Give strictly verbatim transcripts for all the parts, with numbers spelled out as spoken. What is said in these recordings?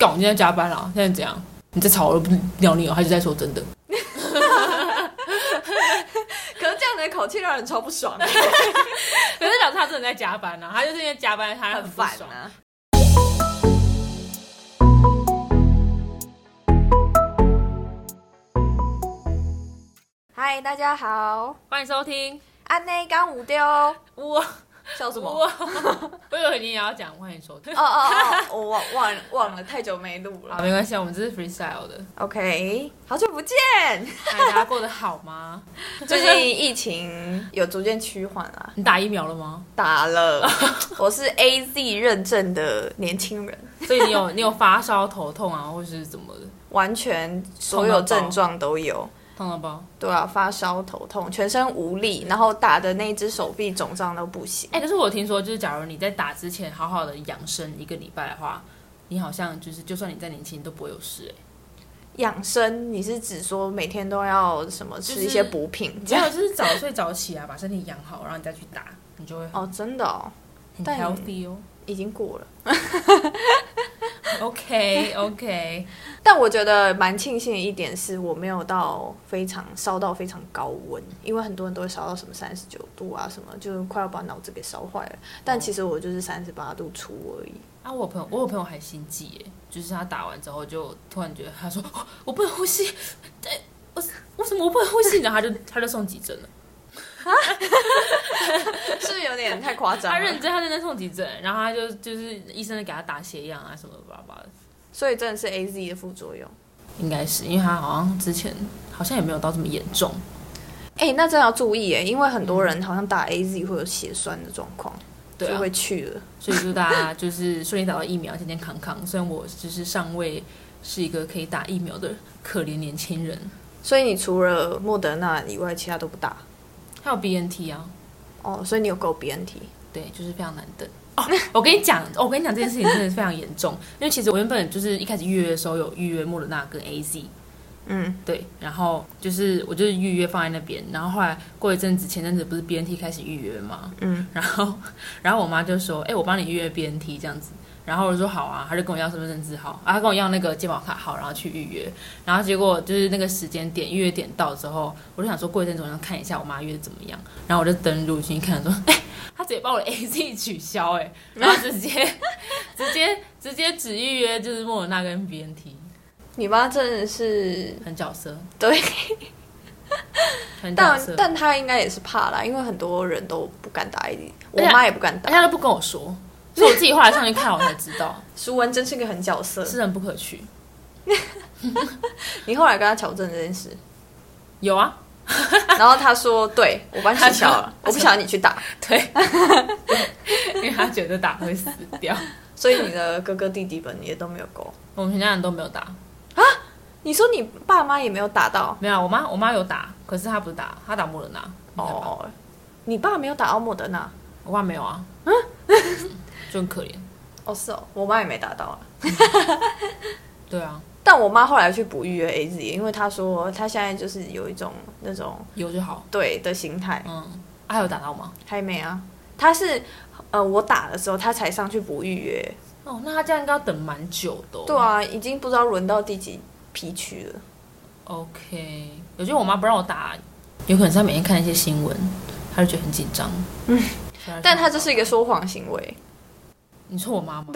搞你今天加班了，现在怎样？你在吵我都不鸟你哦，他就在说真的。 可是这样的口气让人超不爽的。 可是表示他真的在加班啊，他就是因为加班他很不爽啊。嗨，大家好， 欢迎收听安内刚五丢。 我笑什么？ 我我以为你也要讲，欢迎收听。 哦哦哦，我忘忘忘了，太久没录了。 好，没关系，我们这是 freestyle 的。 OK， 好久不见， 嗨，大家过得好吗？ 最近疫情有逐渐趋缓啦。 你打疫苗了吗？ 打了，我是 A Z 认证的年轻人， 所以你有你有发烧、头痛啊，或是怎么的？ 完全所有症状都有。 痛到爆？ 对啊，发烧、头痛、全身无力，然后打的那一只手臂肿胀到不行。 哎、欸，可是我听说，就是假如你在打之前好好的养生一个礼拜的话，你好像就是就算你再年轻都不会有事哎、欸。 养生，你是指说每天都要什么吃一些补品？ 没有，就是早睡早起啊，把身体养好，然后你再去打，你就会哦，真的哦， 很 healthy 哦。 已经过了。 OK OK， 但我觉得蛮庆幸的一点是我没有到非常烧到非常高温，因为很多人都会烧到什么三十九度啊什么，就快要把脑子给烧坏了。但其实我就是三十八度出而已。 啊，我朋友我有朋友还心悸耶，就是他打完之后就突然觉得他说、哦、我不能呼吸，哎，我为什么我不能呼吸？然后他就他就送急诊了。 是不是有点太夸张了？ 他认真，他认真送急诊，然后他就就是医生就给他打血样啊什么巴拉巴拉的。 所以真的是 A Z 的副作用， 应该是因为他好像之前好像也没有到这么严重。 哎、欸，那真的要注意哎，因为很多人好像打 A Z 会有血栓的状况， 对、啊， 就会去了。 所以祝大家就是顺利打到疫苗，健健康康。虽然我就是尚未是一个可以打疫苗的可怜年轻人。 所以你除了莫德纳以外，其他都不打？ 还有 B N T 啊。 哦，所以你有够 B N T？ 对，就是非常难等。哦，我跟你讲，我跟你讲这件事情真的是非常严重，因为其实我原本就是一开始预约的时候有预约莫德纳跟 A Z， 嗯， 对，然后就是我就是预约放在那边，然后后来过一阵子，前阵子不是 B N T 开始预约嘛，嗯，然后然后我妈就说，哎、欸，我帮你预约 B N T 这样子。然后我就说好啊，他就跟我要身份证字号，啊，他跟我要那个健保卡号，然后去预约。然后结果就是那个时间点预约点到之后，我就想说过一阵子我想看一下我妈约的怎么样。然后我就登录进去看说，哎、欸，他直接把我的 A Z 取消哎、欸，然后直接直接直接只预约就是莫德纳跟 B N T。 你妈真的是很角色， 对， 很角色。 但但她应该也是怕啦，因为很多人都不敢打 A Z， 我妈也不敢打， 她都不跟我说。所以我自己后来上去看，我才知道， 淑文真是个狠角色， 是人不可取。 你后来跟他挑战这件事？ 有啊， 然后他说：“对我帮你取消了，我不想要你去打。” 对，因为他觉得打会死掉。 所以你的哥哥弟弟们也都没有勾， 我们全家人都没有打啊？你说你爸妈也没有打到？ 没有，我妈我妈有打，可是她不是打，她打莫德纳。 哦，你爸没有打到莫德纳？ 我爸没有啊。嗯。就很可怜。 哦，是哦，我妈也没打到啊。 对啊， 但我妈后来去补预约 A Z， 因为她说她现在就是有一种那种有就好对的心态。 嗯，啊，还有打到吗？ 还没啊，她是呃我打的时候她才上去补预约。 哦，那她这样应该要等蛮久的、哦。 对啊，已经不知道轮到第几批区了。 OK， 我觉得我妈不让我打，有可能是她每天看一些新闻，她就觉得很紧张。嗯。 但她这是一个说谎行为。 你说我妈吗？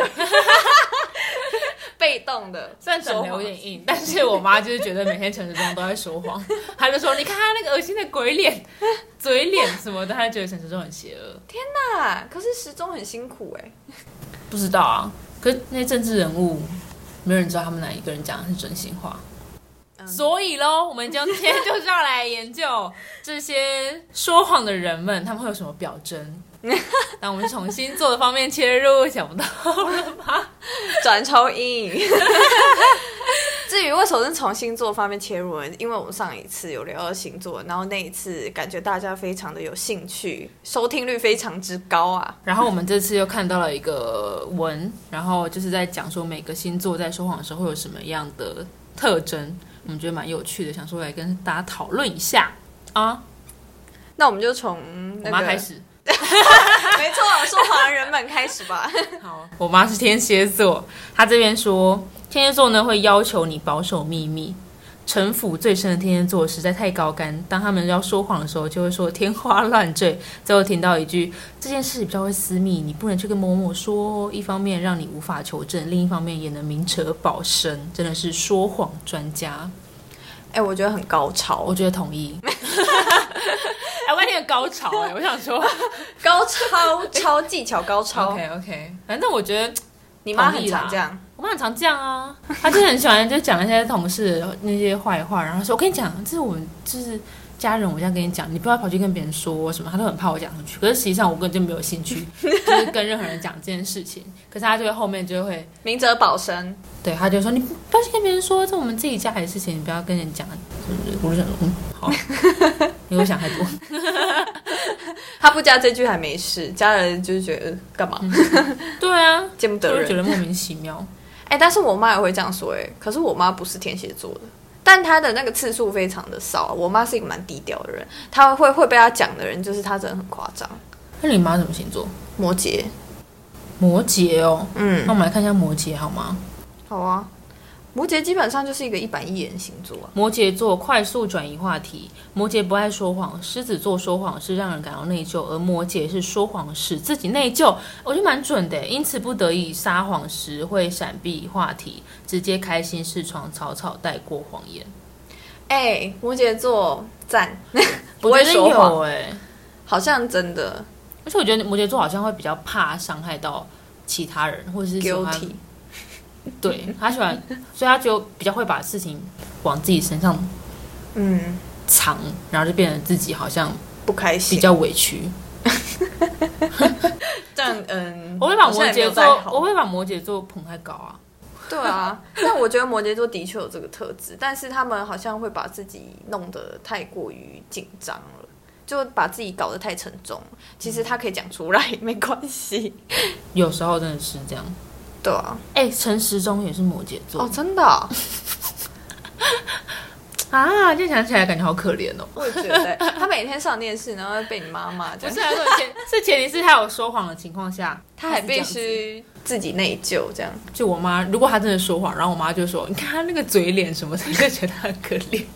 被动的， 虽然整的有点硬，但是我妈就是觉得每天陈时中都在说谎，她就说你看他那个恶心的鬼脸、嘴脸什么的，她就觉得陈时中很邪恶。 天哪！可是时中很辛苦哎。 不知道啊，可是那些政治人物，没有人知道他们哪一个人讲的是真心话。嗯、所以咯，我们今天就是要来研究这些说谎的人们，他们会有什么表征。那我们从星座的方面切入，想不到了吧？ 转超硬。至于为什么是从星座方面切入呢？因为我们上一次有聊到星座，然后那一次感觉大家非常的有兴趣，收听率非常之高啊。 然后我们这次又看到了一个文，然后就是在讲说每个星座在说谎的时候会有什么样的特征，我们觉得蛮有趣的，想说来跟大家讨论一下啊。 那我们就从、那个、 我妈开始。 没错，说谎的人们开始吧。 好，我妈是天蝎座，她这边说天蝎座呢会要求你保守秘密。城府最深的天蝎座实在太高干，当他们要说谎的时候，就会说天花乱坠。最后听到一句这件事比较会私密，你不能去跟某某说，一方面让你无法求证，另一方面也能明哲保身，真的是说谎专家。 哎、欸，我觉得很高潮， 我觉得同意。哎，我念高潮哎、欸，我想说高超超技巧高超。 OK OK， 反正我觉得你妈很常这样。 我妈很常这样啊，她就很喜欢就讲一些同事的那些坏话，然后说：“我跟你讲，这是我们就是家人，我这样跟你讲，你不要跑去跟别人说什么。”她都很怕我讲出去，可是实际上我根本就没有兴趣，就是跟任何人讲这件事情。可是她就会后面就会明哲保身，对， 她就说：“你不要去跟别人说，这是我们自己家里的事情，你不要跟人讲。”我就想说：“嗯，好，你会想太多。” 他不加这句还没事，加了就是觉得干、呃、嘛、 嗯？对啊， 见不得人， 就觉得莫名其妙。 哎、欸，但是我妈也会这样说、欸，哎，可是我妈不是天蝎座的，但她的那个次数非常的少。我妈是一个蛮低调的人，她会会被她讲的人，就是她真的很夸张。 那你妈什么星座？ 摩羯。 摩羯哦， 嗯， 那我们来看一下摩羯好吗？ 好啊。摩羯基本上就是一个一板一眼的星座、啊。 摩羯座快速转移话题，摩羯不爱说谎，狮子座说谎是让人感到内疚，而摩羯是说谎使自己内疚，我觉得蛮准的。因此不得已撒谎时会闪避话题，直接开心视窗，草草带过谎言。 哎、欸，摩羯座赞，不会说谎哎、欸， 好像真的。 而且我觉得摩羯座好像会比较怕伤害到其他人，或者是喜欢。 Guilty。 对他喜欢，所以他就比较会把事情往自己身上嗯藏，然后就变成自己好像不开心， 比较委屈。 这样嗯， 我会把摩羯座，我会把摩羯座捧太高啊。 对啊，但我觉得摩羯座的确有这个特质，但是他们好像会把自己弄得太过于紧张了，就把自己搞得太沉重。其实他可以讲出来，没关系。 有时候真的是这样。 对啊， 哎、欸，陈时中也是摩羯座哦，真的、哦、 啊！这想起来感觉好可怜哦。 我也觉得，他每天上电视，然后被你妈骂， 不是啊，前是前提是他有说谎的情况下， 他还必须自己内疚，这样。 就我妈，如果他真的说谎，然后我妈就说：“你看他那个嘴脸什么的，就觉得他很可怜。”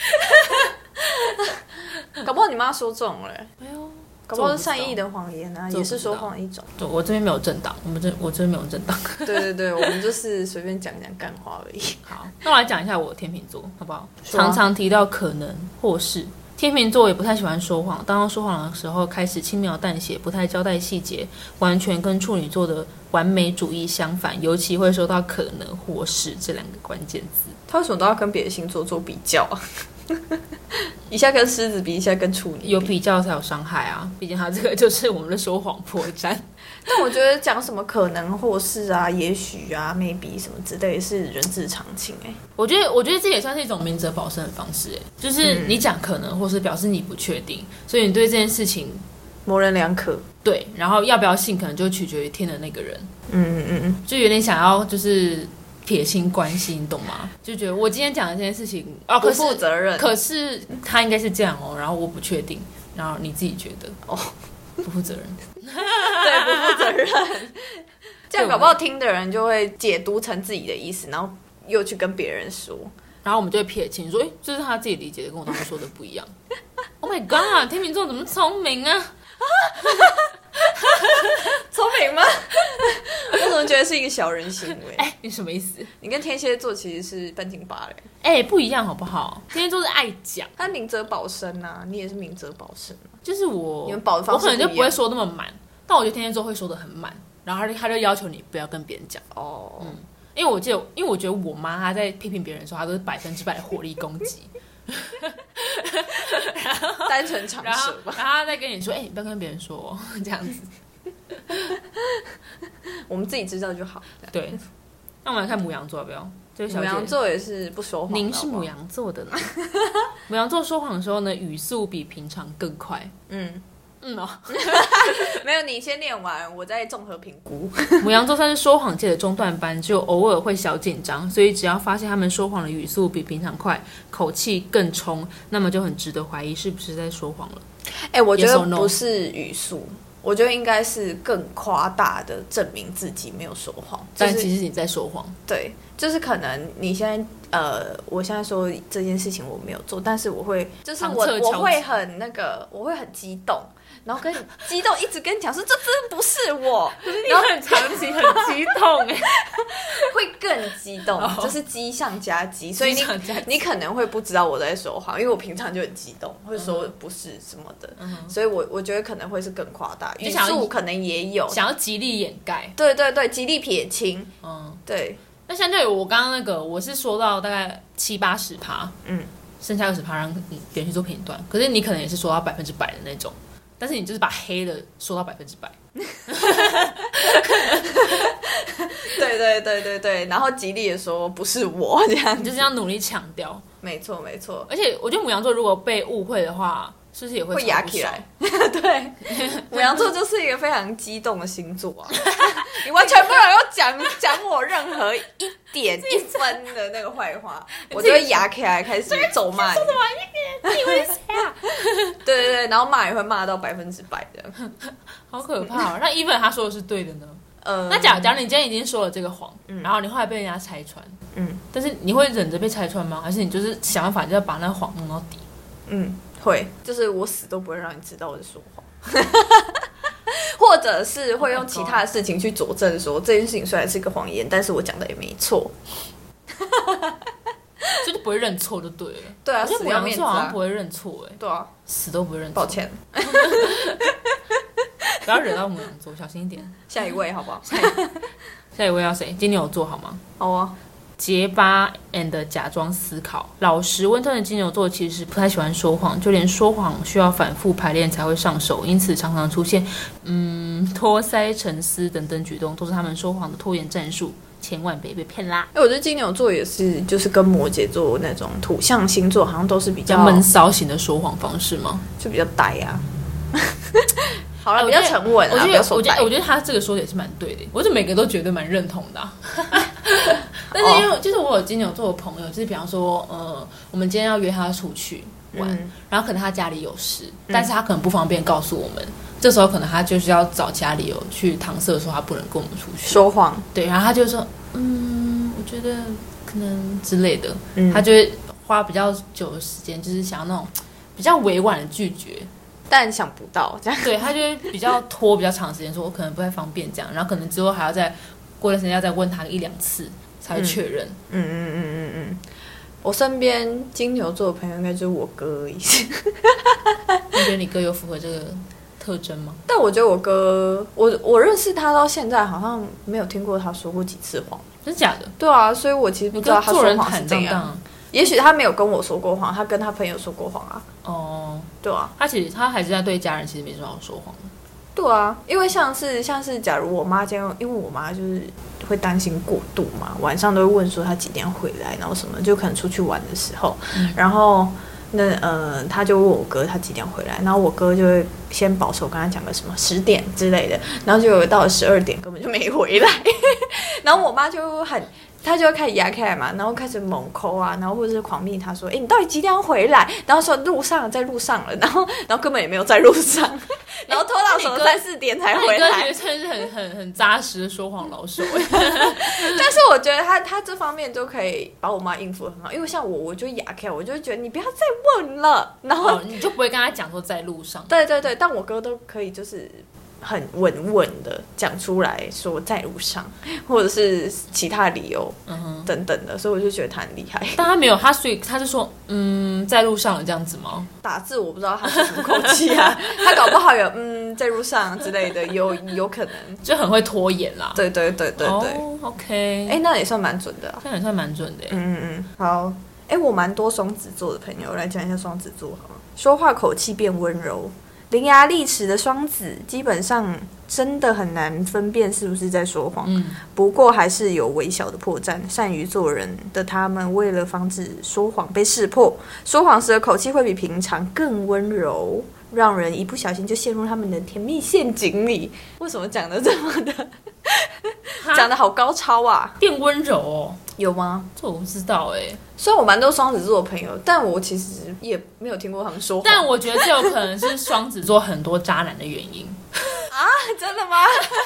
搞不好你妈说中了、欸，哎呦。搞不好是善意的谎言啊，也是说谎的一种。 对，我这边没有政党，我们这我这边没有政党。 对对对，我们就是随便讲讲干话而已。 好，那我来讲一下我天秤座，好不好？常常提到可能或是，天秤座也不太喜欢说谎，当他说谎的时候开始轻描淡写，不太交代细节，完全跟处女座的完美主义相反，尤其会说到可能或是这两个关键字。 他为什么都要跟别的星座做比较啊？一下跟狮子比，一下跟处女比， 有比较才有伤害啊！毕竟他这个就是我们的说谎破绽。 但我觉得讲什么可能或是啊、也许啊、maybe 什么之类是人之常情哎、欸。 我觉得，我觉得这也算是一种明哲保身的方式哎、欸，就是你讲可能或是表示你不确定，所以你对这件事情模棱两可。 对，然后要不要信，可能就取决于听的那个人。 嗯嗯嗯， 就有点想要就是撇清关系，你懂吗？就觉得我今天讲的这件事情哦， 不负责任， 可是他应该是这样哦，然后我不确定，然后你自己觉得哦，不负责任， 对，不负责任，这样搞不好听的人就会解读成自己的意思，然后又去跟别人说， 然后我们就会撇清说，哎，这是他自己理解的，跟我当时说的不一样。Oh my god， 天秤座怎么聪明啊？ 聪明吗？我怎么觉得是一个小人行为？ 哎、欸，你什么意思？ 你跟天蝎座其实是半斤八两。 哎、欸，不一样好不好？天蝎座是爱讲， 他明哲保身啊，你也是明哲保身、啊。 就是我， 你们保的方式我可能就不会说那么满，但我觉得天蝎座会说的很满，然后他就他就要求你不要跟别人讲哦，嗯，因为我记得，因为我觉得我妈她在批评别人的时候，她都是百分之百的火力攻击。 然后单纯尝试吧， 然后他再跟你说：“哎、欸，你不要跟别人说、哦、这样子， 我们自己知道就好。” 对，那我们来看牡羊座，要不要？这个小姐牡羊座也是不说谎。 您是牡羊座的呢？牡羊座说谎的时候呢，语速比平常更快。嗯嗯哦， 没有，你先念完，我再综合评估。 牡羊座算是说谎界的中段班，只有偶尔会小紧张，所以只要发现他们说谎的语速比平常快，口气更冲，那么就很值得怀疑是不是在说谎了。 哎、欸，我觉得不是语速， 我觉得应该是更夸大的证明自己没有说谎，就是、 但其实你在说谎。 对，就是可能你现在呃，我现在说这件事情我没有做，但是我会就是我我会很那个，我会很激动。然后跟你激动，一直跟你讲说这真的不是我， 然后很长期很激动哎， 会更激动，哦、就是激上加激，所以你你可能会不知道我在说谎，因为我平常就很激动，会说不是什么的，嗯、所以我我觉得可能会是更夸大，语速可能也有想要极力掩盖， 对对对，极力撇清，嗯，对。 那相对于我刚刚那个，我是说到大概七八十趴，嗯，剩下二十趴让别人去做评断，可是你可能也是说到百分之百的那种。但是你就是把黑的说到百分之百， 对对对对对，然后极力的说不是我这样， 你就是要努力强调， 没错没错。 而且我觉得牡羊座如果被误会的话，是不是也会会压起来？对，牡羊座就是一个非常激动的星座啊，你完全不能够讲讲我任何一点一分的那个坏话，我就会压起来开始咒骂你。说什么？你以为是谁啊？对对对，然后骂也会骂到百分之百的， 好可怕哦！那 even 他说的是对的呢？呃，那假如假如你今天已经说了这个谎，嗯、然后你后来被人家拆穿，嗯，但是你会忍着被拆穿吗？还是你就是想办法就要把那个谎弄到底？ 嗯，会，就是我死都不会让你知道我在说谎，或者是会用其他的事情去佐证说这件事情虽然是一个谎言，但是我讲的也没错。 所以就不会认错就对了。 对啊， 我觉得牡羊座好像不会认错哎。 对啊， 死都不会认错。 抱歉， 不要惹到牡羊座，小心一点。 下一位好不好？ 下一, 下一位要谁？金牛座好吗？ 好啊。 结巴 and 假装思考，老实温吞的金牛座其实不太喜欢说谎，就连说谎需要反复排练才会上手，因此常常出现嗯托腮沉思等等举动，都是他们说谎的拖延战术。千万别被骗啦！ 哎，我觉得金牛座也是，就是跟摩羯座那种土象星座，好像都是比较闷骚型的说谎方式吗？ 就比较呆啊。好了，比较沉稳啊， 我觉得，我觉得，我觉得他这个说的也是蛮对的，我觉得每个都觉得蛮认同的、啊。但是因为就是我有金牛座的朋友，就是比方说，呃，我们今天要约他出去玩，嗯、然后可能他家里有事，嗯、但是他可能不方便告诉我们。这时候可能他就是要找其他理由去搪塞说他不能跟我们出去说谎， 对，然后他就说，嗯，我觉得可能之类的，嗯、他就会花比较久的时间，就是想要那种比较委婉的拒绝， 但想不到这样， 对，他就会比较拖比较长的时间，说我可能不太方便这样，然后可能之后还要再过段时间要再问他一两次才会确认， 嗯嗯嗯嗯嗯。我身边金牛座的朋友应该就是我哥而已。 你觉得你哥有符合这个特征吗？ 但我觉得我哥，我我认识他到现在，好像没有听过他说过几次谎。 真假的？ 对啊，所以我其实不知道他说谎是怎样。也许他没有跟我说过谎，他跟他朋友说过谎啊。哦，对啊， 他其实他还是在对家人其实没什么好说谎的。 对啊，因为像是像是假如我妈今天，因为我妈就是会担心过度嘛，晚上都会问说她几点回来，然后什么就可能出去玩的时候，嗯、然后那呃他就问我哥他几点回来，然后我哥就会先保守跟他讲个什么十点之类的，然后就有到了十二点根本就没回来，然后我妈就很。他就会开始压开来嘛，然后开始猛抠啊，然后或者是狂密他说：“哎、欸，你到底几点要回来？”然后说路上在路上了，然后然后根本也没有在路上，然后拖到什么三四点才回来。 你哥算是很很很扎实的说谎老手。 但是我觉得他他这方面就可以把我妈应付得很好，因为像我我就压开，我就觉得你不要再问了，然后、 哦、你就不会跟他讲说在路上。 对对对，但我哥都可以就是很稳稳的讲出来说在路上，或者是其他理由、嗯、等等的，所以我就觉得他很厉害。 但他没有，他所以他就说嗯在路上有这样子吗？ 打字我不知道他是什么口气啊，他搞不好有嗯在路上之类的，有有可能就很会拖延啦。 对对对对对、 哦、OK， 哎、欸，那也算蛮准的啊， 这也算蛮准的。 嗯嗯嗯，好，哎、欸，我蛮多双子座的朋友，我来讲一下双子座好了。说话口气变温柔。伶牙俐齿的双子基本上真的很难分辨是不是在说谎、嗯、不过还是有微小的破绽。善于做人的他们为了防止说谎被识破，说谎时的口气会比平常更温柔，让人一不小心就陷入他们的甜蜜陷阱里。为什么讲的这么的讲的好高超啊？ 变温柔哦？ 有吗？ 这我不知道哎、欸。 虽然我蛮多双子座的朋友，但我其实也没有听过他们说谎。 但我觉得这有可能是双子座很多渣男的原因。 啊， 真的吗？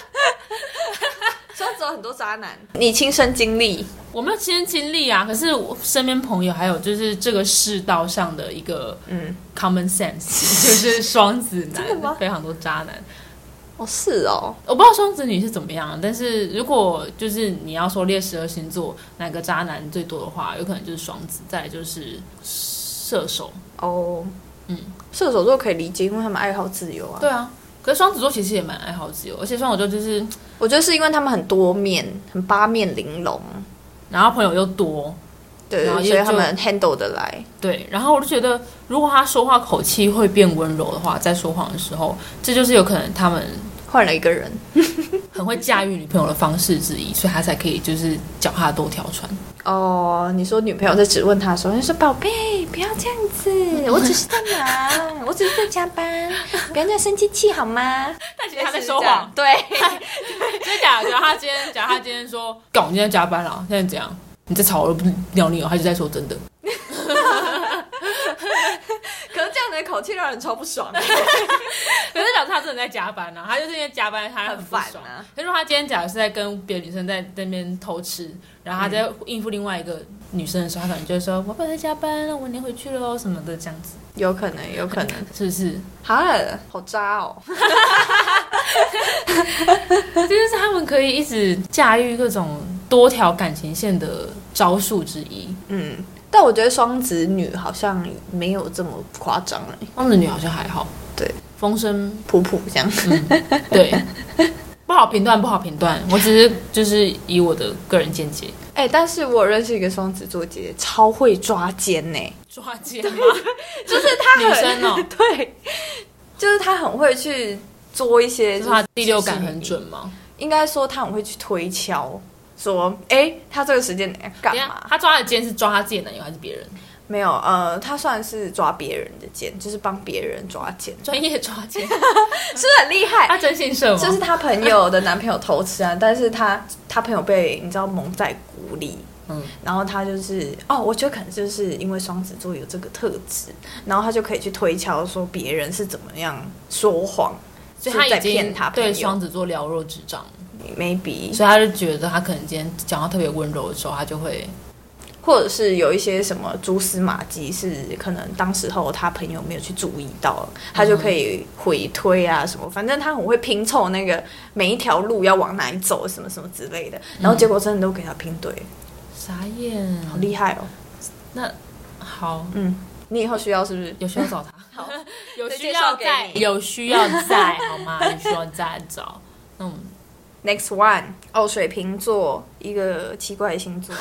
双子有很多渣男，你亲身经历？ 我没有亲身经历啊，可是我身边朋友还有就是这个世道上的一个嗯 common sense， 就是双子男非常多渣男。 哦，是哦， 我不知道双子女是怎么样，但是如果就是你要说列十二星座哪个渣男最多的话，有可能就是双子，再来就是射手。 哦，嗯，射手座可以理解，因为他们爱好自由啊。 对啊。可是双子座其实也蛮爱好自由，而且双子座就是， 我觉得是因为他们很多面，很八面玲珑， 然后朋友又多， 对，所以他们 handle 得来。 对，然后我就觉得，如果他说话口气会变温柔的话，在说谎的时候，这就是有可能他们换了一个人， 很会驾驭女朋友的方式之一，所以他才可以就是脚踏多条船。 哦，你说女朋友在质问他的时候，你说宝贝，不要这样子，我只是在忙，我只是在加班，不要这样生气气好吗？ 但其实他在说谎， 对。 所以假如他今天，假如他今天说，搞，我今天加班了，现在怎样？你在吵我，不鸟你哦，他就在说真的。 可是这样的口气让人超不爽。可是假如他真的在加班啊，他就是因为加班他很不爽啊。可是如果他今天假如是在跟别的女生在那边偷吃，然后他在应付另外一个女生的时候，他可能就会说：“我本来在加班，我明天回去了哦，什么的这样子。” 有可能，有可能， 是不是？ 好，好渣哦！ 这就是他们可以一直驾驭各种多条感情线的招数之一。 嗯。但我觉得双子女好像没有这么夸张哎， 双子女好像还好， 对， 风声普普这样， 嗯，对，不好评断，不好评断，我只是就是以我的个人见解。 哎、欸，但是我认识一个双子座姐姐，超会抓奸呢， 抓奸吗？ 就是她女生哦， 对，就是她很会去做一些， 就是她第六感很准吗？ 应该说她很会去推敲。说，哎，他这个时间干嘛？ 他抓的奸是抓他自己的男友还是别人？ 没有，呃，他算是抓别人的奸，就是帮别人抓奸， 专业抓奸，是不是很厉害？ 他真心社吗？ 就是他朋友的男朋友偷吃啊，但是他他朋友被你知道蒙在鼓里，嗯，然后他就是哦，我觉得可能就是因为双子座有这个特质，然后他就可以去推敲说别人是怎么样说谎， 所以他已经他对双子座了若指掌。 maybe， 所以他就觉得他可能今天讲话特别温柔的时候，他就会， 或者是有一些什么蛛丝马迹是可能当时候他朋友没有去注意到，他就可以回推啊什么，反正他很会拼凑那个每一条路要往哪里走，什么什么之类的，然后结果真的都给他拼对， 傻眼， 好厉害哦。 那好， 嗯，你以后需要是不是有需要找他？ 好， 有需要再有需要再好吗？有需要再找，嗯。 Next one， 哦，水瓶座，一个奇怪的星座。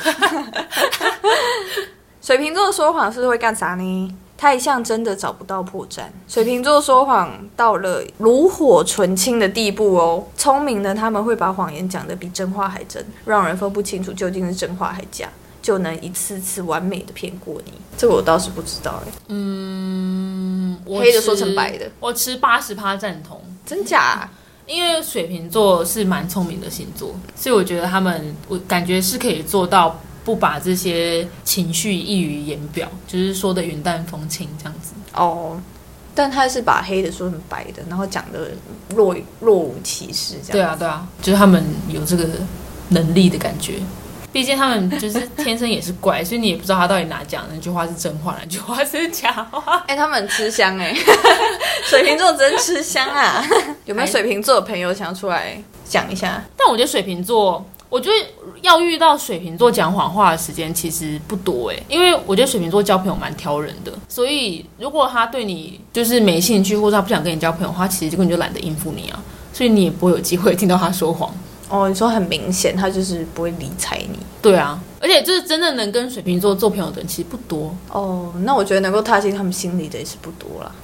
水瓶座说谎是会干啥呢？他一向真的找不到破绽。水瓶座说谎到了炉火纯青的地步哦，聪明的他们会把谎言讲得比真话还真，让人分不清楚究竟是真话还假，就能一次次完美的骗过你。这个我倒是不知道哎。 嗯， 黑的说成白的， 我持八十趴赞同。 真假、啊？ 因为水瓶座是蛮聪明的星座，所以我觉得他们，我感觉是可以做到不把这些情绪溢于言表，就是说的云淡风轻这样子。 哦，但他是把黑的说成白的，然后讲的若若无其事这样。 对啊，对啊，就是他们有这个能力的感觉。毕竟他们就是天生也是怪，所以你也不知道他到底哪讲那句话是真话，哪句话是假话。 哎、欸，他们很吃香哎、欸，水瓶座真吃香啊！有没有水瓶座的朋友想出来讲一下？ 但我觉得水瓶座，我觉得要遇到水瓶座讲谎话的时间其实不多哎、欸，因为我觉得水瓶座交朋友蛮挑人的，所以如果他对你就是没兴趣，或者他不想跟你交朋友的话，其实根本就懒得应付你啊，所以你也不会有机会听到他说谎。 哦，你说很明显，他就是不会理睬你。 对啊，而且就是真的能跟水瓶座做朋友的人其实不多。 哦，那我觉得能够踏进他们心里的也是不多啦。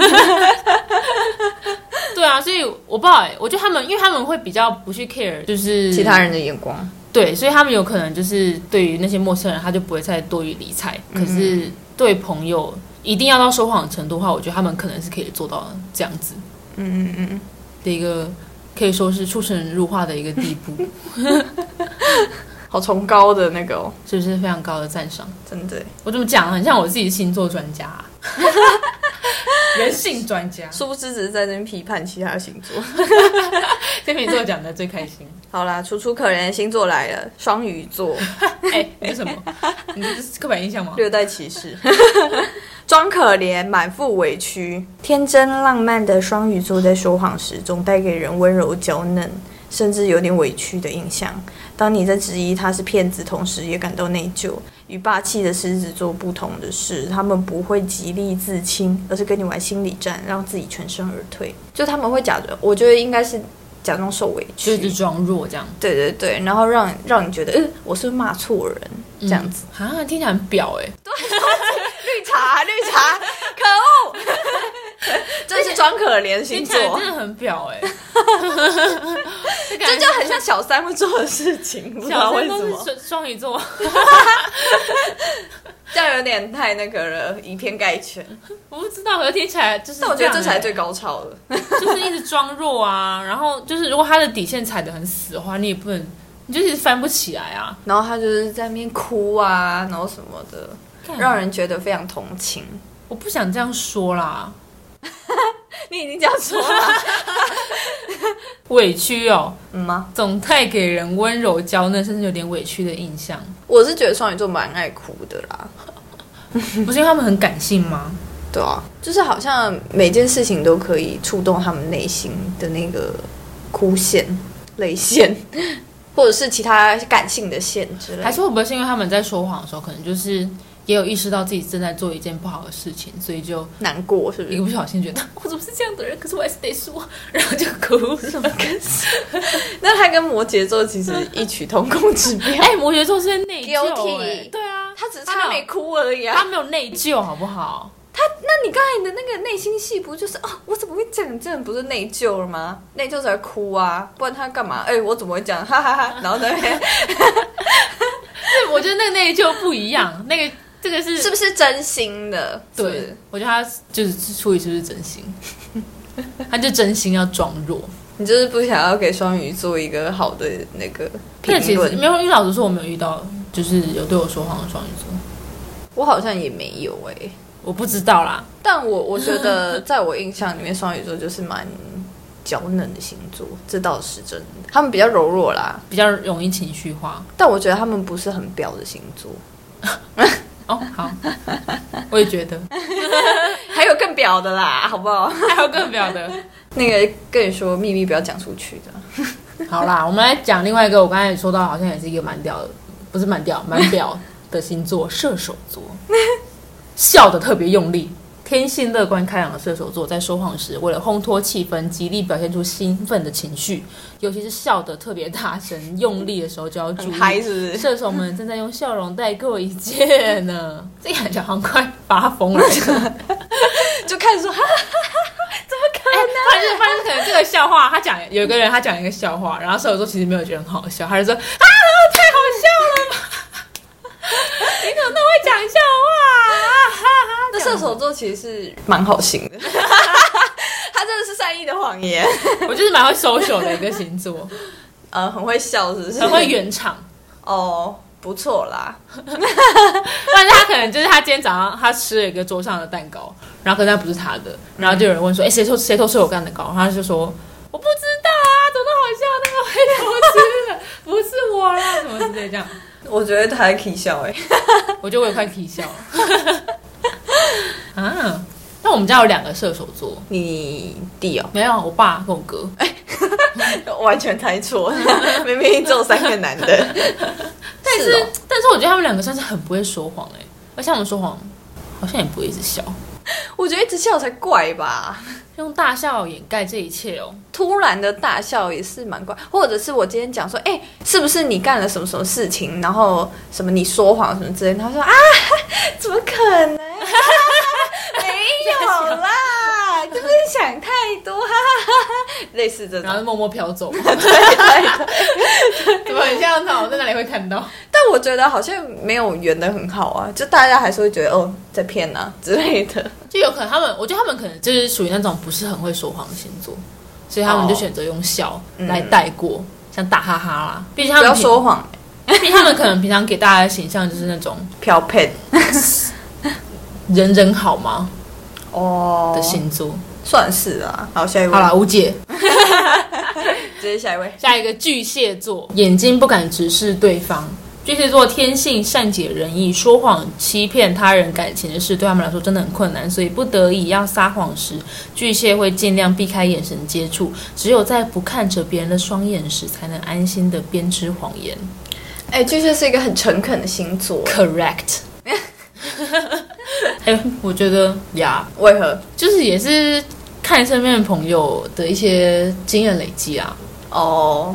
对啊，所以我不知道哎、欸，我觉得他们，因为他们会比较不去 care， 就是其他人的眼光。 对，所以他们有可能就是对于那些陌生人，他就不会再多于理睬。可是对朋友一定要到说谎的程度的话，我觉得他们可能是可以做到这样子。嗯嗯嗯，的一个。可以说是出神入化的一个地步， 好崇高的那个、哦， 是不是非常高的赞赏？ 真的， 我这么讲很像我自己星座专家、啊。 人性专家， 殊不知只是在这边批判其他星座。 天秤座讲的最开心。 好啦，楚楚可怜的星座来了，双鱼座。 哎、欸，你是什么？你这是刻板印象吗？ 略带歧视。装可怜，满腹委屈，天真浪漫的双鱼座在说谎时，总带给人温柔娇嫩，甚至有点委屈的印象。当你在质疑他是骗子，同时也感到内疚。与霸气的狮子座不同的是，他们不会极力自清，而是跟你玩心理战，让自己全身而退。就他们会假装，我觉得应该是假装受委屈， 就是装弱这样。 对对对，然后让让你觉得，呃，我是不是骂错人、嗯、这样子。 啊，听起来很婊哎、欸。 对，绿茶绿茶，可恶！这是装可怜星座， 真的很婊哎、欸。 这就很像小三会做的事情，不知道为什么。 小三都是双鱼座， 这样有点太那个了，以偏概全。 我不知道，可是听起来就是、欸， 但我觉得这才是最高超的， 就是一直装弱啊。然后就是如果他的底线踩得很死的话，你也不能，你就一直翻不起来啊。 然后他就是在那边哭啊，然后什么的，让人觉得非常同情。 我不想这样说啦。 你已经这样说了， 委屈哦， 嗯吗？ 总带给人温柔娇嫩，甚至有点委屈的印象。 我是觉得双鱼座蛮爱哭的啦， 不是因为他们很感性吗？ 对啊，就是好像每件事情都可以触动他们内心的那个哭线、泪线，或者是其他感性的线之类的。 还是会不会是因为他们在说谎的时候，可能就是也有意识到自己正在做一件不好的事情，所以就难过，是不是？ 一个不小心觉得我怎么是这样的人，可是我还是得说，然后就哭了。 什么跟那他跟摩羯座其实异曲同工之妙。 哎、欸，摩羯座是内疚、欸， Guilty 对啊， 他只是差没哭而已啊， 他没有内疚，好不好？ 他，那你刚才的那个内心戏不就是哦，我怎么会讲这样？不是内疚了吗？内疚才会哭啊，不然他干嘛？哎、欸，我怎么会讲？哈哈哈，然后在那边， 对，我觉得那个内疚不一样，那个。这个是是不是真心的？ 对，是我觉得他就是处理是不是真心，他就真心要装弱。 你就是不想要给双鱼做一个好的那个评论？ 没有，因为老实说，我没有遇到就是有对我说谎的双鱼座。 我好像也没有哎、欸， 我不知道啦。 但我我觉得，在我印象里面，双鱼座就是蛮娇嫩的星座，这倒是真的。他们比较柔弱啦， 比较容易情绪化。 但我觉得他们不是很婊的星座。 哦，好，我也觉得， 还有更婊的啦，好不好？ 还有更婊的， 那个跟你说秘密不要讲出去的。 好啦，我们来讲另外一个，我刚才说到好像也是一个蛮屌的，不是蛮屌，蛮婊的星座——射手座，笑得特别用力。天性乐观开朗的射手座，在说谎时，为了烘托气氛，极力表现出兴奋的情绪，尤其是笑得特别大声、用力的时候，就要注意。 嗨是不是？ 射手们正在用笑容带过一切呢。这感觉好像快发疯了， 就开始说，哈哈哈，怎么可能？ 发现发现可能这个笑话，他讲有一个人他讲一个笑话，然后射手座其实没有觉得很好笑，他就说啊，太好笑了吧。你怎么那么会讲笑话？ 那射手座其实是蛮好心的，他真的是善意的谎言。 我就是蛮会 social 的一个星座， 呃，很会笑，是不是？ 很会圆场。 哦，不错啦。 不然他可能就是他今天早上他吃了一个桌上的蛋糕，然后可是他不是他的，然后就有人问说，哎、欸，谁偷谁偷吃我干的糕？然后他就说我不知道啊，怎么好笑，那个被偷吃了，不是我啦，什么之类这样。 我觉得他还可以笑哎、欸， 我觉得我也快啼笑了。啊，那我们家有两个射手座， 你弟哦？ 没有，我爸跟我哥。哎、 欸，完全猜错，明明只有三个男的。 但是， 是哦、 但是我觉得他们两个算是很不会说谎哎、欸，而且他们说谎好像也不会一直笑。 我觉得一直笑才怪吧。 用大笑掩盖这一切哦， 突然的大笑也是蛮怪，或者是我今天讲说，哎、欸，是不是你干了什么什么事情，然后什么你说谎什么之类的，他说啊，怎么可能？没有啦，就是想太多，哈哈哈，类似这种， 然后默默飘走， 对对对， 怎么很像那种在哪里会看到？ 但我觉得好像没有圆得很好啊，就大家还是会觉得哦在骗啊之类的， 就有可能他们，我觉得他们可能就是属于那种不是很会说谎的星座，所以他们就选择用笑来带过，嗯、像打哈哈啦。毕竟他们不要说谎， 毕竟他们可能平常给大家的形象就是那种飘骗， 人人好吗？ 哦的星座， 算是啊。好，下一位。 好啦，吴姐。 直接下一位。 下一个巨蟹座，眼睛不敢直视对方。巨蟹座天性善解人意，说谎欺骗他人感情的事对他们来说真的很困难，所以不得已要撒谎时，巨蟹会尽量避开眼神接触，只有在不看着别人的双眼时，才能安心的编织谎言。 哎、欸，巨蟹是一个很诚恳的星座。 Correct。哎、欸，我觉得呀， 为何？ 就是也是看身边的朋友的一些经验累积啊。 哦，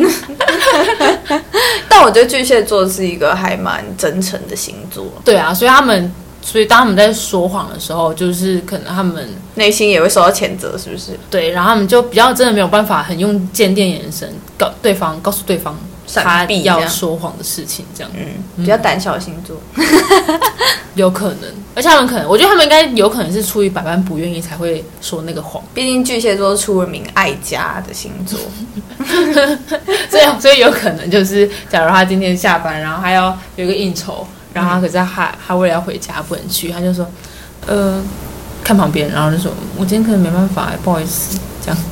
但我觉得巨蟹座是一个还蛮真诚的星座。 对啊，所以他们，所以当他们在说谎的时候，就是可能他们内心也会受到谴责，是不是？ 对，然后他们就比较真的没有办法很用坚定眼神告对方，告诉对方他要说谎的事情，这样， 嗯，比较胆小的星座， 有可能，而且他们可能，我觉得他们应该有可能是出于百般不愿意才会说那个谎。 毕竟巨蟹座出了名爱家的星座， 所以所以有可能就是，假如他今天下班，然后他要有一个应酬，然后他可是他他为了要回家他不能去，他就说，呃，看旁边，然后就说，我今天可能没办法，不好意思，这样，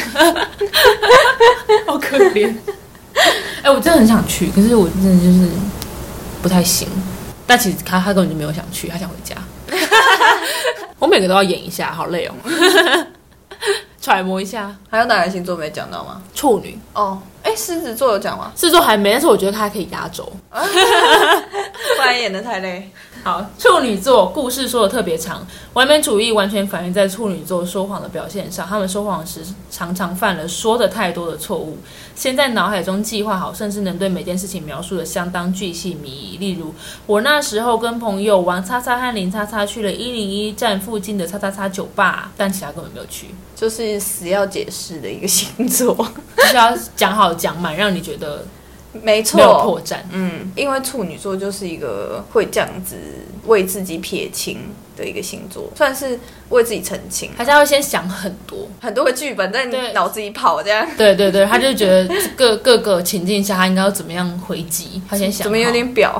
好可怜。哎、欸，我真的很想去，可是我真的就是不太行。但其实他他根本就没有想去，他想回家。我每个都要演一下，好累哦。揣摩一下。 还有哪个星座没讲到吗？ 处女。 哦，哎，狮子座有讲吗？ 狮子座还没，但是我觉得他还可以压轴。 不然演得太累。 好，处女座故事说的特别长，完美主义完全反映在处女座说谎的表现上。他们说谎时常常犯了说的太多的错误，先在脑海中计划好，甚至能对每件事情描述的相当巨细靡遗。例如，我那时候跟朋友王叉叉和林叉叉去了一零一站附近的叉叉叉酒吧，但其他根本没有去， 就是死要解释的一个星座， 就是要讲好讲满，让你觉得。 没错， 没有破绽。 嗯，因为处女座就是一个会这样子为自己撇清的一个星座，算是为自己澄清， 还是要先想很多很多个剧本在你脑子里跑，这样。 对对对，他就觉得各各个情境下他应该要怎么样回击，他先想好。 怎么有点表？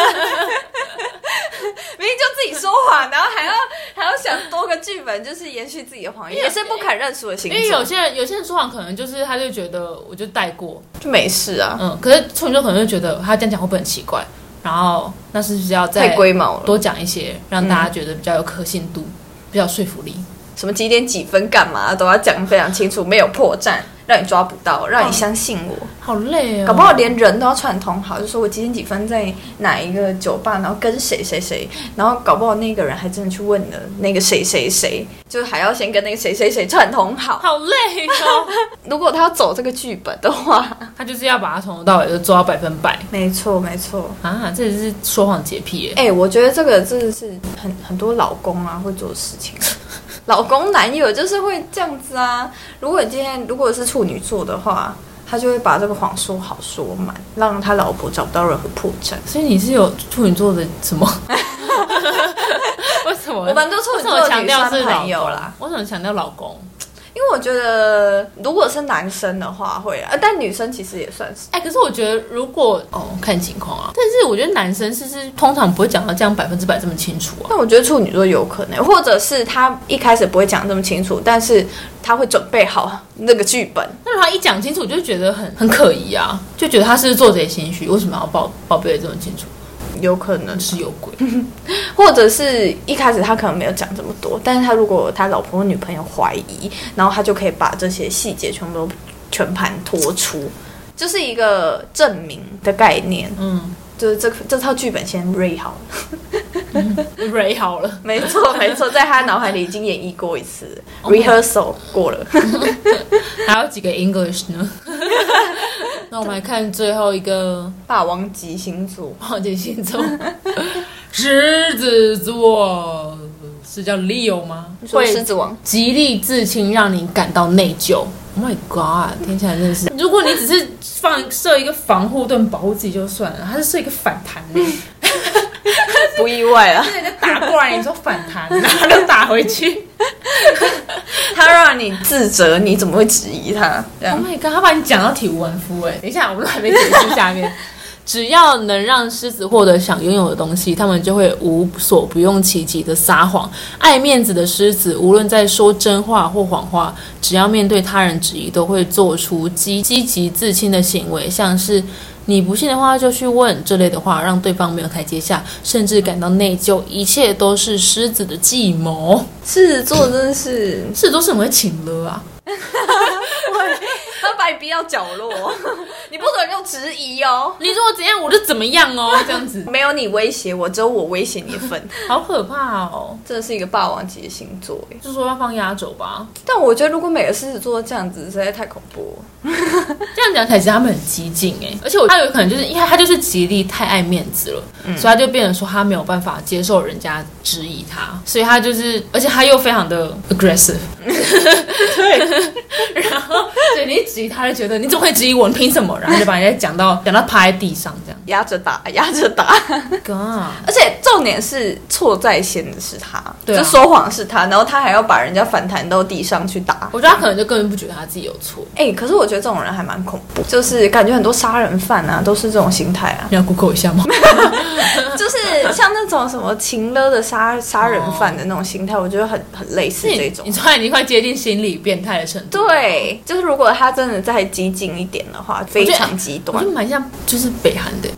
明明就自己说谎，然后还要还要想多个剧本，就是延续自己的谎言，也是不肯认输的星座。 因为有些人有些人说谎，可能就是他就觉得我就带过， 就没事啊。 嗯，可是处女座可能就觉得他这样讲会不会很奇怪？然后那是不是要再太龟毛了， 多讲一些，让大家觉得比较有可信度，嗯、比较有说服力。 什么几点几分干嘛都要讲非常清楚，没有破绽，让你抓不到，让你相信我。 好累哦， 搞不好连人都要串通好，就说我几点几分在哪一个酒吧，然后跟谁谁谁，然后搞不好那个人还真的去问了那个谁谁谁，就还要先跟那个谁谁谁串通好。 好累哦！ 如果他要走这个剧本的话， 他就是要把它从头到尾都做到百分百。 没错，没错啊，这是说谎洁癖耶。 哎、欸，我觉得这个真的是很很多老公啊会做的事情。老公男友就是会这样子啊。如果你今天如果是处女座的话，他就会把这个谎说好说满，让他老婆找不到任何破绽。 所以你是有处女座的什么？为什么？ 我们都处女座的女生朋友啦。 为什么强调老公？ 因为我觉得，如果是男生的话会啊，但女生其实也算是。 哎、欸，可是我觉得如果哦看情况啊，但是我觉得男生是是通常不会讲到这样百分之百这么清楚啊。 那我觉得处女座有可能，或者是他一开始不会讲这么清楚，但是他会准备好那个剧本。 那他一讲清楚，就觉得很很可疑啊，就觉得他是做贼心虚，为什么要报报备的这么清楚？ 有可能是有鬼， 或者是一开始他可能没有讲这么多，但是他如果他老婆或女朋友怀疑，然后他就可以把这些细节全部都全盘托出，就是一个证明的概念。嗯，就是这这套剧本先 read 好了。 嗯、read 好了， 没错没错，在他脑海里已经演绎过一次、okay. rehearsal 过了。 还有几个 English 呢？那我们来看最后一个霸王级星座， 霸王级星座，狮子座是叫 Leo 吗？ 会狮子王， 极力自清，让你感到内疚。Oh my god， 听起来真的是，如果你只是放设一个防护盾保护自己就算了，他是设一个反弹呢。 不意外了， 人家打过来，你说反弹，然后就打回去。 他让你自责，你怎么会质疑他？ Oh my god， 他把你讲到体无完肤哎！等一下，我们都还没结束下面。 只要能让狮子获得想拥有的东西，他们就会无所不用其极的撒谎。爱面子的狮子，无论在说真话或谎话，只要面对他人质疑，都会做出积积极自清的行为，像是你不信的话就去问这类的话，让对方没有台阶下，甚至感到内疚，一切都是狮子的计谋。 狮子座真的是， 狮子座是很会请了啊。 他把你逼到角落，你不准用质疑哦。 你说我怎样我就怎么样哦，这样子没有你威胁我，只有我威胁你的份。 好可怕哦！ 真的是一个霸王级的星座耶， 就说要放压轴吧。 但我觉得如果每个狮子座都这样子，实在太恐怖了。 这样讲起来，其实他们很激进哎，而且我他有可能就是因为他就是极力太爱面子了，嗯、所以他就变成说他没有办法接受人家质疑他，所以他就是而且他又非常的 aggressive， 对，然后所以你一质疑他就觉得你怎么会质疑我？你凭什么？然后就把人家讲到讲到趴在地上这样， 压着打，压着打。 God 而且重点是错在先的是他， 对啊、 就说谎是他，然后他还要把人家反弹到地上去打。 我觉得他可能就根本不觉得他自己有错。 哎、欸，可是我觉得这种人还蛮恐怖，就是感觉很多杀人犯啊都是这种心态啊。 你要 Google 一下吗？ 就是像那种什么情勒的杀杀人犯的那种心态，我觉得很很类似这种。 你突然已经快接近心理变态的程度。 对，就是如果他真的再激进一点的话，非常极端。 我觉得蛮像，就是北韩的。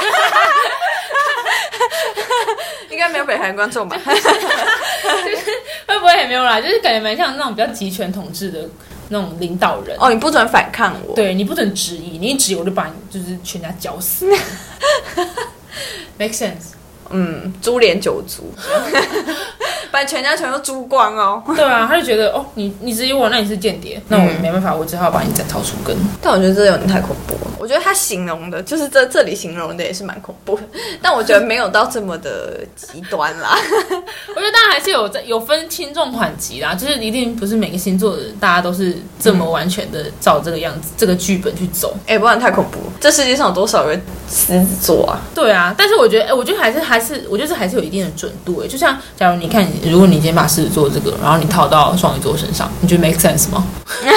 应该没有北韩观众吧？ 就是会不会也没有啦？就是感觉蛮像那种比较集权统治的那种领导人。 哦，你不准反抗我， 对你不准质疑，你一质疑我就把你就是全家绞死。Make sense。 嗯，株连九族。把全家全都诛光哦。 对啊，他就觉得哦，你你质疑我，那你是间谍，那我没办法，我只好把你斩草除根。 但我觉得这有点太恐怖了。我觉得他形容的，就是这这里形容的也是蛮恐怖的，但我觉得没有到这么的极端啦。 我觉得当然还是有有分轻重缓急啦，就是一定不是每个星座的人大家都是这么完全的照这个样子、嗯、这个剧本去走。 哎、欸，不然太恐怖了。这世界上有多少个狮子座啊？ 对啊，但是我觉得，哎，我觉得还是还是，我觉得这还是有一定的准度。哎，就像假如你看，如果你今天把狮子座这个，然后你套到双鱼座身上，你觉得 make sense 吗？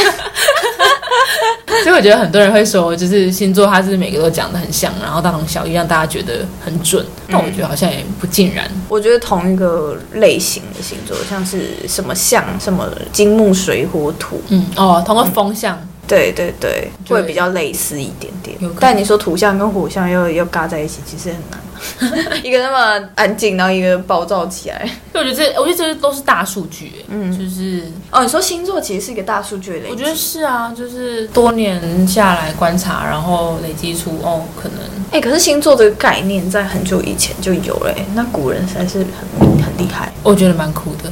所以我觉得很多人会说，就是星座它是每个都讲得很像，然后大同小异，让大家觉得很准。但我觉得好像也不尽然。 我觉得同一个类型的星座，像是什么象、什么金木水火土， 嗯，哦，同个风象。嗯， 对对对，会比较类似一点点。但你说土象跟火象又又嘎在一起，其实很难。一个那么安静，然后一个暴躁起来。 我觉得这，我觉得这都是大数据。嗯，就是哦，你说星座其实是一个大数据的累积。 我觉得是啊，就是多年下来观察，然后累积出哦，可能。 哎、欸，可是星座这个概念在很久以前就有了、欸，那古人实在是很很厉害。 我觉得蛮酷的。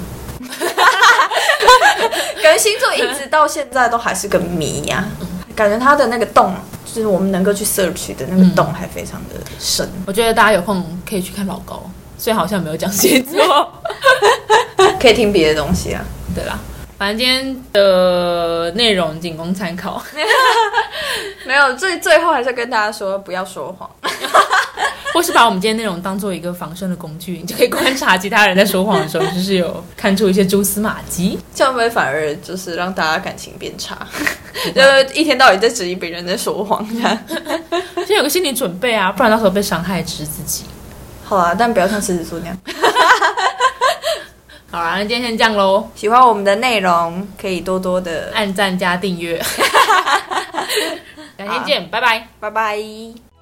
感觉星座一直到现在都还是个谜呀、啊，感觉它的那个洞，就是我们能够去 search 的那个洞还非常的深。 我觉得大家有空可以去看老高，虽然好像没有讲星座， 可以听别的东西啊。 对啦，反正今天的内容仅供参考。 没有，最最后还是跟大家说不要说谎。 或是把我们今天内容当做一个防身的工具，你就可以观察其他人在说谎的时候，就是有看出一些蛛丝马迹。 这样会不会反而就是让大家感情变差？就是一天到晚在质疑别人在说谎，这样先有个心理准备啊，不然到时候被伤害只是自己。 好啊，但不要像狮子座那样。 好啦，那今天先这样咯。 喜欢我们的内容，可以多多的按赞加订阅。改天见，拜拜， 拜拜。